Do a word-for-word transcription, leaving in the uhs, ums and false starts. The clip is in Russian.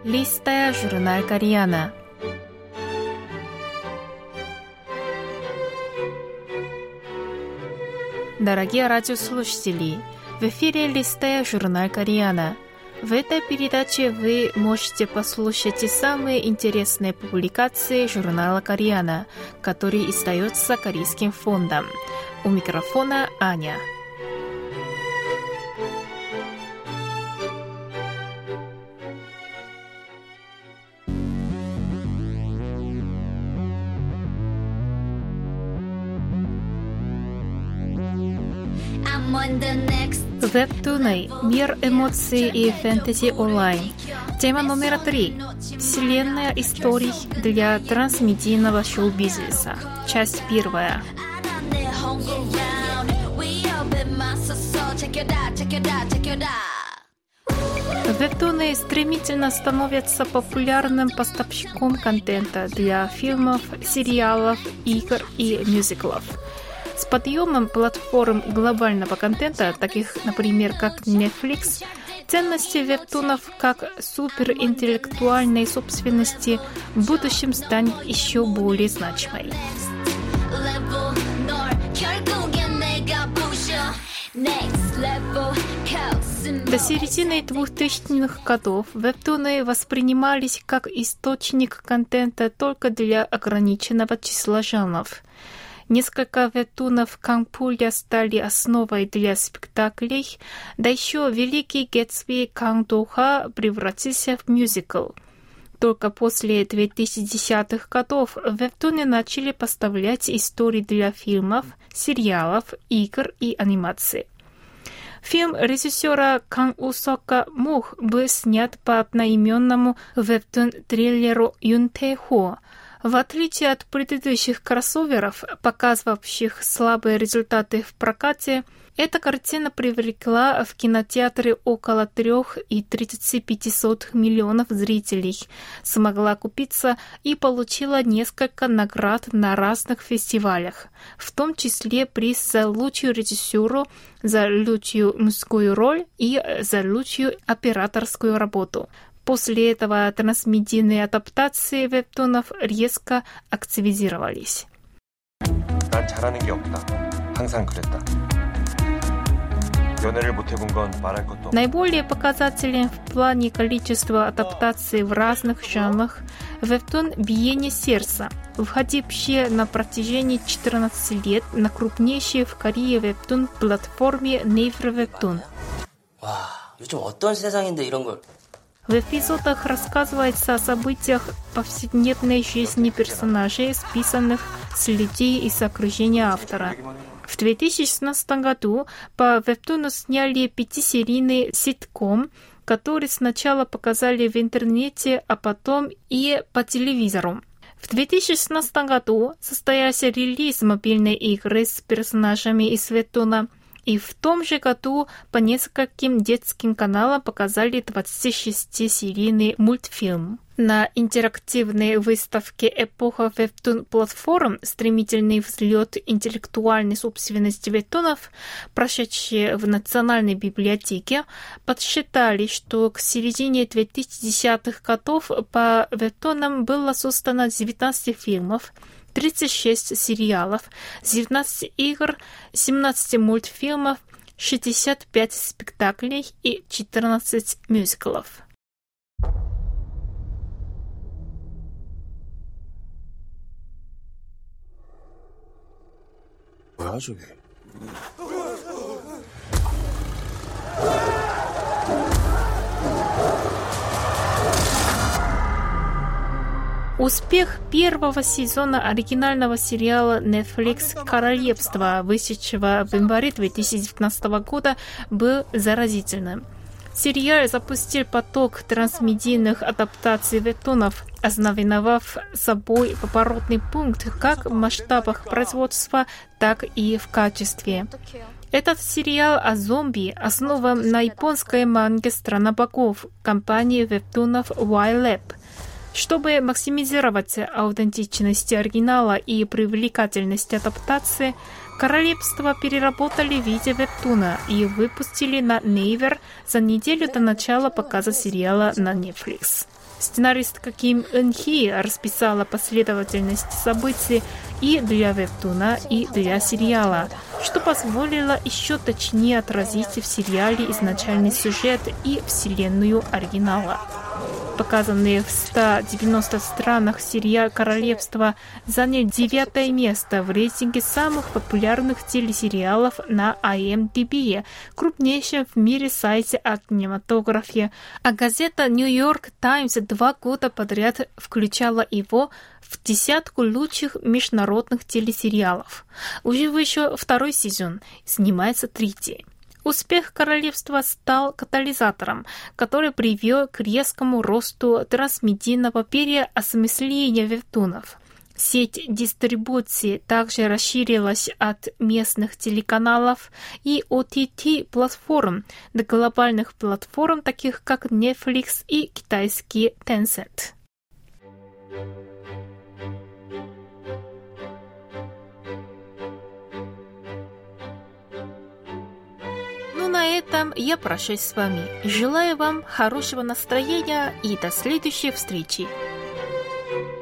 Листая журнал Кореяна. Дорогие радиослушатели, в эфире «Листая журнал Кореяна». В этой передаче вы можете послушать самые интересные публикации журнала Кореяна, который издается Корейским фондом. У микрофона Аня. Вебтуны. Мир эмоций и фэнтези онлайн. Тема номер три. Вселенная историй для трансмедийного шоу-бизнеса. Часть первая. Вебтуны стремительно становятся популярным поставщиком контента для фильмов, сериалов, игр и мюзиклов. С подъемом платформ глобального контента, таких, например, как Netflix, ценности вебтунов как суперинтеллектуальной собственности в будущем станет еще более значимой. До середины двухтысячных годов вебтуны воспринимались как источник контента только для ограниченного числа жанров. Несколько вебтунов Кангпуля стали основой для спектаклей, да еще великий Гэтсби Кангдоха превратился в мюзикл. Только после двухтысячных годов вебтуны начали поставлять истории для фильмов, сериалов, игр и анимации. Фильм режиссера Кан У-сока «Мух» был снят по одноименному вебтун-триллеру Юн Тэ-хо. В отличие от предыдущих кроссоверов, показывавших слабые результаты в прокате, эта картина привлекла в кинотеатры около трёх и тридцати пятисот миллионов зрителей, смогла купиться и получила несколько наград на разных фестивалях, в том числе приз за лучшую режиссуру, за лучшую мужскую роль и за лучшую операторскую работу. После этого трансмедийные адаптации вебтунов резко активизировались. 난 잘하는 게 없다. 항상 그랬다. 연애를 못 해본 건 말할 것도 없다. Наиболее показателен в плане количества адаптаций в разных жанрах вебтун «Биение сердца», входивший на протяжении четырнадцати лет на крупнейшей в Корее вебтун-платформе Naver Webtoon. 와, 요즘 어떤 세상인데 이런 걸 В эпизодах рассказывается о событиях повседневной жизни персонажей, списанных с людей из окружения автора. В две тысячи шестнадцатом году по вебтуну сняли пятисерийный ситком, который сначала показали в интернете, а потом и по телевизору. В две тысячи шестнадцатом году состоялся релиз мобильной игры с персонажами из вебтуна. И в том же году по нескольким детским каналам показали двадцатишестисерийный мультфильм. На интерактивной выставке «Эпоха вебтун-платформ. Стремительный взлет интеллектуальной собственности вебтунов», прошедшей в Национальной библиотеке, подсчитали, что к середине двухтысячных годов по вебтунам было создано девятнадцать фильмов, тридцать шесть сериалов, девятнадцать игр, семнадцать мультфильмов, шестьдесят пять спектаклей и четырнадцать мюзиклов. 뭐야 저게? Успех первого сезона оригинального сериала Netflix «Королевство», вышедшего в январе две тысячи девятнадцатого года, был заразительным. Сериал запустил поток трансмедийных адаптаций вебтунов, ознаменовав собой поворотный пункт как в масштабах производства, так и в качестве. Этот сериал о зомби основан на японской манге «Страна богов» компании вебтунов Y-Lab. Чтобы максимизировать аутентичность оригинала и привлекательность адаптации, «Королевство» переработали в виде вебтуна и выпустили на Naver за неделю до начала показа сериала на Netflix. Сценаристка Ким Ын-хи расписала последовательность событий и для вебтуна, и для сериала, что позволило еще точнее отразить в сериале изначальный сюжет и вселенную оригинала. Показанный в ста девяноста странах сериал «Королевство» занял девятое место в рейтинге самых популярных телесериалов на ай эм ди би, крупнейшем в мире сайте о кинематографе, а газета «Нью-Йорк Таймс» два года подряд включала его в десятку лучших международных телесериалов. Уже вышел второй сезон, снимается третий. Успех королевства стал катализатором, который привел к резкому росту трансмедийного переосмысления вебтунов. Сеть дистрибуции также расширилась от местных телеканалов и о ти ти-платформ до глобальных платформ, таких как Netflix и китайский Tencent. На этом я прощаюсь с вами. Желаю вам хорошего настроения и до следующей встречи.